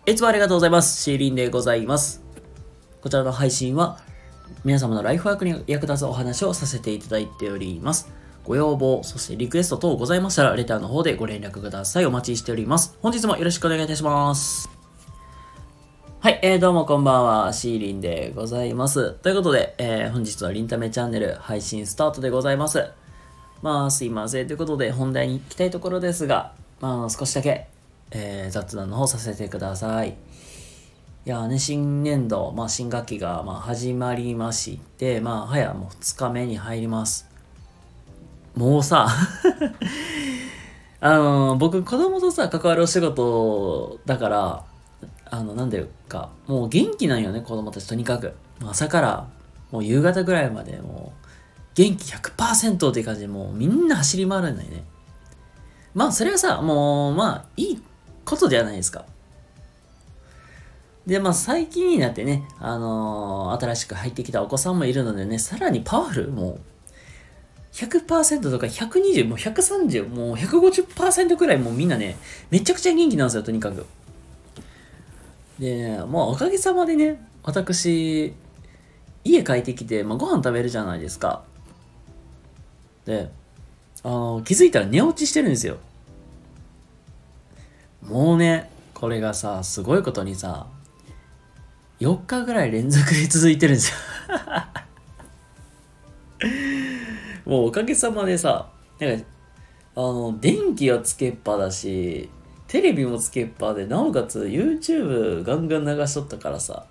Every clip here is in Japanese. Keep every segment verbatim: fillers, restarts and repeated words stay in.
いつもありがとうございます。シーリンでございます。こちらの配信は皆様のライフワークに役立つお話をさせていただいております。ご要望、そしてリクエスト等ございましたらレターの方でご連絡ください。お待ちしております。本日もよろしくお願いいたします。はい、えー、どうもこんばんは。シーリンでございます。ということで、えー、本日はリンタメチャンネル配信スタートでございます。まあすいません。ということで本題に行きたいところですが、まあ少しだけ、えー、雑談の方させてください。いやーね、新年度、まあ新学期がまあ始まりまして、まあ早もうふつかめに入ります。もうさ、あのー、僕子供とさ、関わるお仕事だから、あの、なんだよか、もう元気なんよね、子供たちとにかく。朝からもう夕方ぐらいまでもう元気 ひゃくパーセント っていう感じでもうみんな走り回るんだよね。まあそれはさ、もうまあいいことじゃないですか。で、まあ最近になってね、あのー、新しく入ってきたお子さんもいるのでね、さらにパワフル、もう ひゃくパーセント とかひゃくにじゅう、もうひゃくさんじゅう、もう ひゃくごじゅっパーセント くらいもうみんなね、めちゃくちゃ元気なんですよ、とにかく。で、まあおかげさまでね、私、家帰ってきて、まあ、ご飯食べるじゃないですか。で、あのー、気づいたら寝落ちしてるんですよ。もうね、これがさ、すごいことにさ、よっかぐらい連続で続いてるんですよ。もうおかげさまでさ、なんか、あの、電気はつけっぱだし、テレビもつけっぱで、なおかつ YouTube ガンガン流しとったからさ。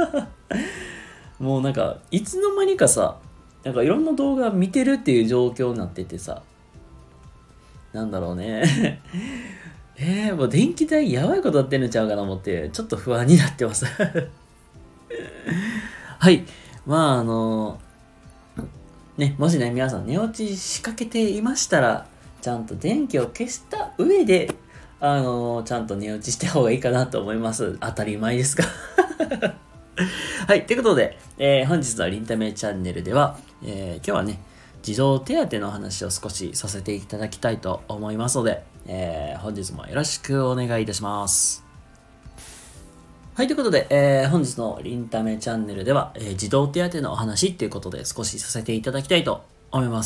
もうなんか、いつの間にかさ、なんかいろんな動画見てるっていう状況になっててさ、なんだろうね。えー、もう電気代やばいことやってんのちゃうかな思って、ちょっと不安になってます。はい。まあ、あの、ね、もしね、皆さん寝落ちしかけていましたら、ちゃんと電気を消した上で、あの、ちゃんと寝落ちした方がいいかなと思います。当たり前ですが。はい。ということで、えー、本日のリンタメチャンネルでは、えー、今日はね、児童手当の話を少しさせていただきたいと思いますので、えー、本日もよろしくお願いいたします。はい、ということで、えー、本日のリンタメチャンネルでは、えー、児童手当のお話っていうことで少しさせていただきたいと思います。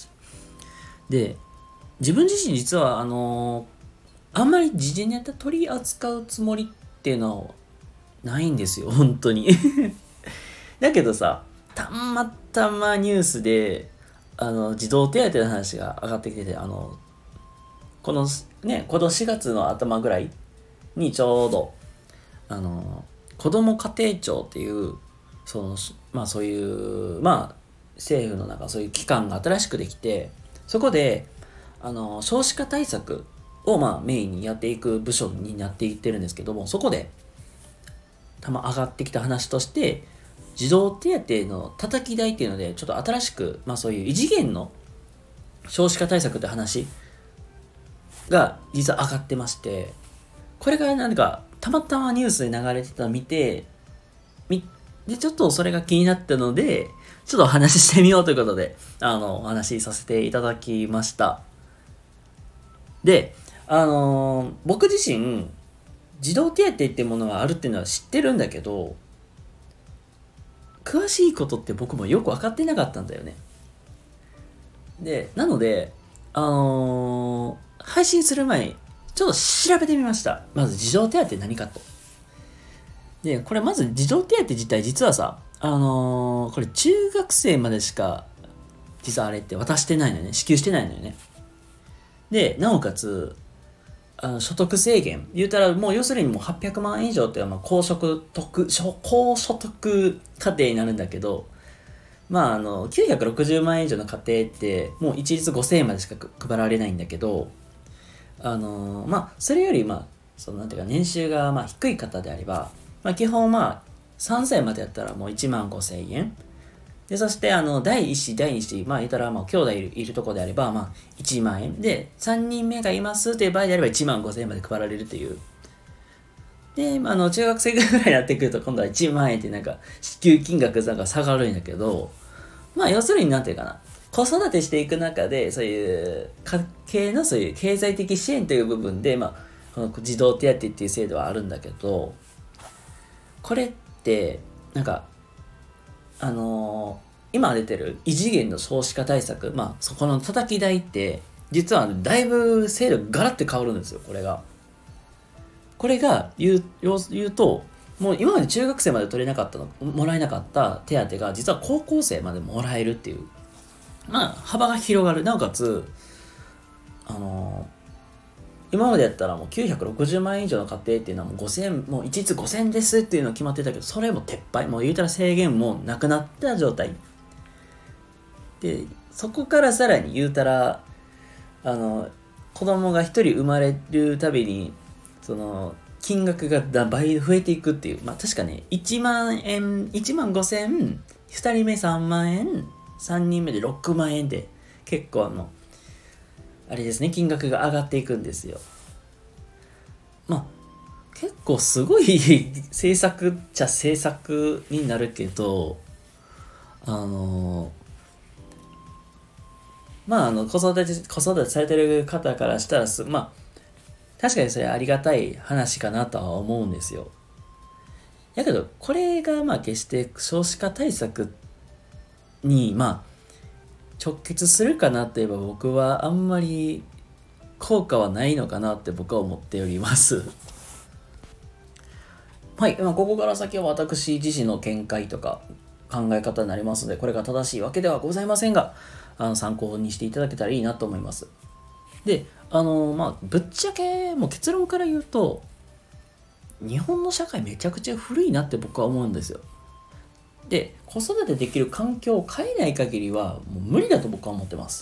で、自分自身実は、あのー、あんまり時事ネタ取り扱うつもりっていうのはないんですよ、本当に。だけどさ、たまたまニュースで、あの、児童手当の話が上がってきてて、あの、このね、このしがつの頭ぐらいにちょうど、あの、子ども家庭庁っていう、その、まあそういう、まあ政府の中そういう機関が新しくできて、そこで、あの、少子化対策をまあメインにやっていく部署になっていってるんですけども、そこで、たま上がってきた話として、児童手当の叩き台っていうので、ちょっと新しく、まあそういう異次元の少子化対策って話が実は上がってまして、これがなんか、たまたまニュースで流れてたのを見て、み、で、ちょっとそれが気になったので、ちょっとお話ししてみようということで、あの、お話しさせていただきました。で、あのー、僕自身、児童手当っていうものがあるっていうのは知ってるんだけど、詳しいことって僕もよく分かってなかったんだよね。で、なので、あのー、配信する前に、ちょっと調べてみました。まず児童手当って何かと。で、これまず児童手当自体実はさ、あのー、これ中学生までしか、実はあれって渡してないのよね。支給してないのよね。で、なおかつ、あの所得制限。言うたらもう要するにもうはっぴゃくまんえん以上っていうのはまあ高所得、高所得家庭になるんだけど、まああの、きゅうひゃくろくじゅうまんえん以上の家庭って、もう一律ごせんえんまでしか配られないんだけど、あのー、まあ、それより、まあ、その、なんていうか、年収が、まあ、低い方であれば、まあ、基本、まあ、さんさいまでやったらもういちまんごせんえん。で、そして、あの、第一子、第二子、まあ、言ったら、まあ、兄弟いる、いるところであれば、まあ、いちまんえん。で、さんにんめがいますという場合であれば、いちまんごせんえんまで配られるという。で、まあ、あの、中学生ぐらいになってくると、今度はいちまんえんってなんか、支給金額なんか下がるんだけど、まあ、要するになんていうかな。子育てしていく中で、そういう家計のそういう経済的支援という部分で、まあ、この児童手当っていう制度はあるんだけど、 これってなんかあのー今出てる異次元の少子化対策、まあそこの叩き台って実はだいぶ制度ガラッて変わるんですよ。これがこれが言う言うと、もう今まで中学生まで取れなかったのもらえなかった手当が実は高校生までもらえるっていう、まあ幅が広がる。なおかつあのー、今までやったらもうきゅうひゃくろくじゅうまんえん以上の家庭っていうのはもうごせんもう一律ごせんですっていうのが決まってたけど、それも撤廃、もう言うたら制限もなくなった状態で、そこからさらに言うたらあの子供が一人生まれるたびにその金額が倍増えていくっていう、まあ確かねいちまんえんいちまんごせん、ふたりめさんまんえん、さんにんめでろくまんえんで結構あのあれですね、金額が上がっていくんですよ。まあ結構すごい政策っちゃ政策になるけど、あのまああの子育て子育てされてる方からしたらすまあ確かにそれはありがたい話かなとは思うんですよ。やけどこれがまあ決して少子化対策にまあ直結するかなといえば、僕はあんまり効果はないのかなって僕は思っておりますはい、まあ、ここから先は私自身の見解とか考え方になりますので、これが正しいわけではございませんが、あの参考にしていただけたらいいなと思います。で、あのまあぶっちゃけもう結論から言うと、日本の社会めちゃくちゃ古いなって僕は思うんですよ。で、子育てできる環境を変えない限りはもう無理だと僕は思ってます。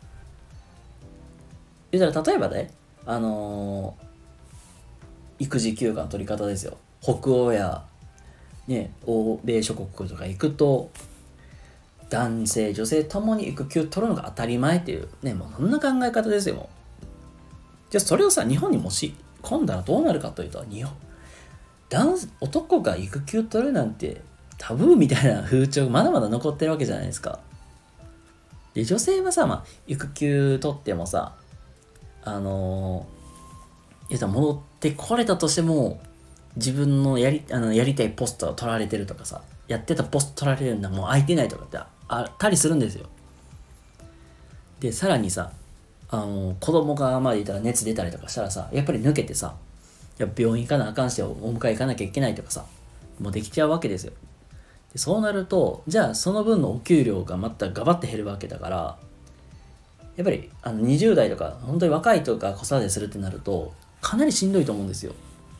言ったら例えばね、あのー、育児休暇の取り方ですよ。北欧や、ね、欧米諸国とか行くと男性女性ともに育休取るのが当たり前っていうね、もうそんな考え方ですよ。もうじゃあそれをさ日本にもし込んだらどうなるかというと、日本男男が育休取るなんてタブーみたいな風潮がまだまだ残ってるわけじゃないですか。で女性はさ、まあ、育休取ってもさ、あのー、言うたら戻ってこれたとしても自分のやりあのやりたいポストを取られてるとかさ、やってたポスト取られるんだもう空いてないとかってあったりするんですよ。でさらにさ、あの子供がまあ言ったら熱出たりとかしたらさ、やっぱり抜けてさ、やっぱ病院行かなあかんしお迎え行かなきゃいけないとかさ、もうできちゃうわけですよ。でそうなると、じゃあその分のお給料がまたガバッて減るわけだから、やっぱりあのにじゅう代とか本当に若い人が子育てするってなるとかなりしんどいと思うんですよ。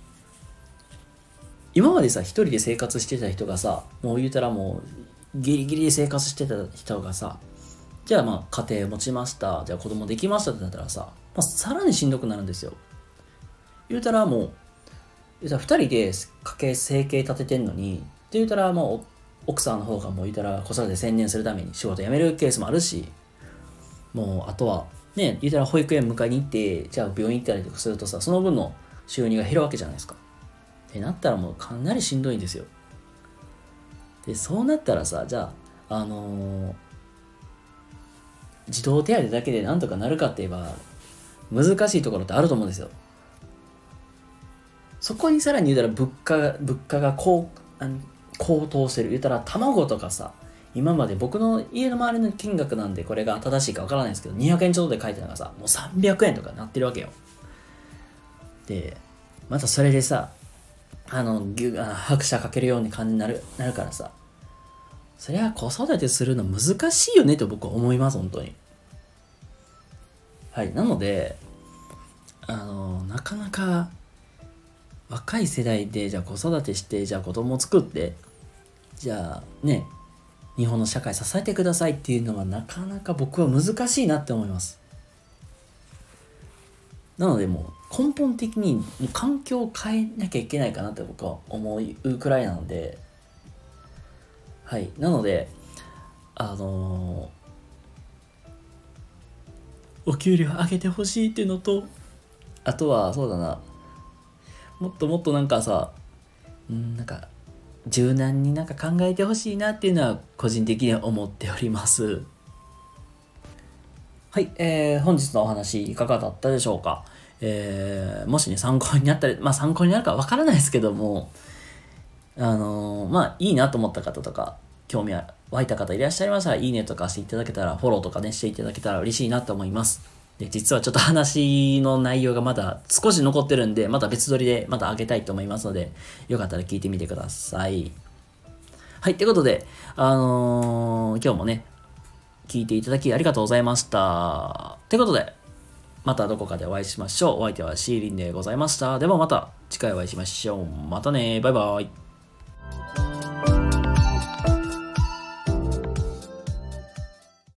今までさ一人で生活してた人がさ、もう言うたらもうギリギリで生活してた人がさ、じゃあまあ家庭持ちました、じゃあ子供できましたってなったらさ、まあ、さらにしんどくなるんですよ。言うたらもう言うたらふたりで家計生計立ててんのに、って言うたらもう奥さんの方がもう言うたら子育て専念するために仕事辞めるケースもあるし、もうあとはね言うたら保育園迎えに行ってじゃあ病院行ったりとかするとさ、その分の収入が減るわけじゃないですか。ってなったらもうかなりしんどいんですよ。でそうなったらさ、じゃああのー、児童手当だけでなんとかなるかって言えば難しいところってあると思うんですよ。そこにさらに言うたら物価が物価が高高騰してる。言うたら卵とかさ、今まで僕の家の周りの金額なんでこれが正しいかわからないですけどにひゃくえんちょうどで書いてたのがさ、もうさんびゃくえんとかなってるわけよ。でまたそれでさ、あのぎあ拍車かけるように感じになるなるからさ、そりゃ子育てするの難しいよねと僕は思います、本当に。はい、なのであのなかなか若い世代でじゃあ子育てしてじゃあ子供を作ってじゃあね日本の社会支えてくださいっていうのはなかなか僕は難しいなって思います。なのでもう根本的に環境を変えなきゃいけないかなって僕は思うくらいなので、はいなのであのー、お給料上げてほしいっていうのと、あとはそうだな、もっともっとなんかさ、んなんか柔軟になんか考えてほしいなっていうのは個人的には思っております。はい、えー、本日のお話いかがだったでしょうか。えー、もしね参考になったり、まあ参考になるかわからないですけども、 あのー、まあ、いいなと思った方とか、興味湧いた方いらっしゃいましたら、いいねとかしていただけたら、フォローとかね、していただけたら嬉しいなと思います。で、実はちょっと話の内容がまだ少し残ってるんで、また別撮りでまた上げたいと思いますので、よかったら聞いてみてください。はい、ということで、あのー、今日もね、聞いていただきありがとうございました。ということで、またどこかでお会いしましょう。お相手はシーリンでございました。ではまた次回お会いしましょう。またね。バイバイ。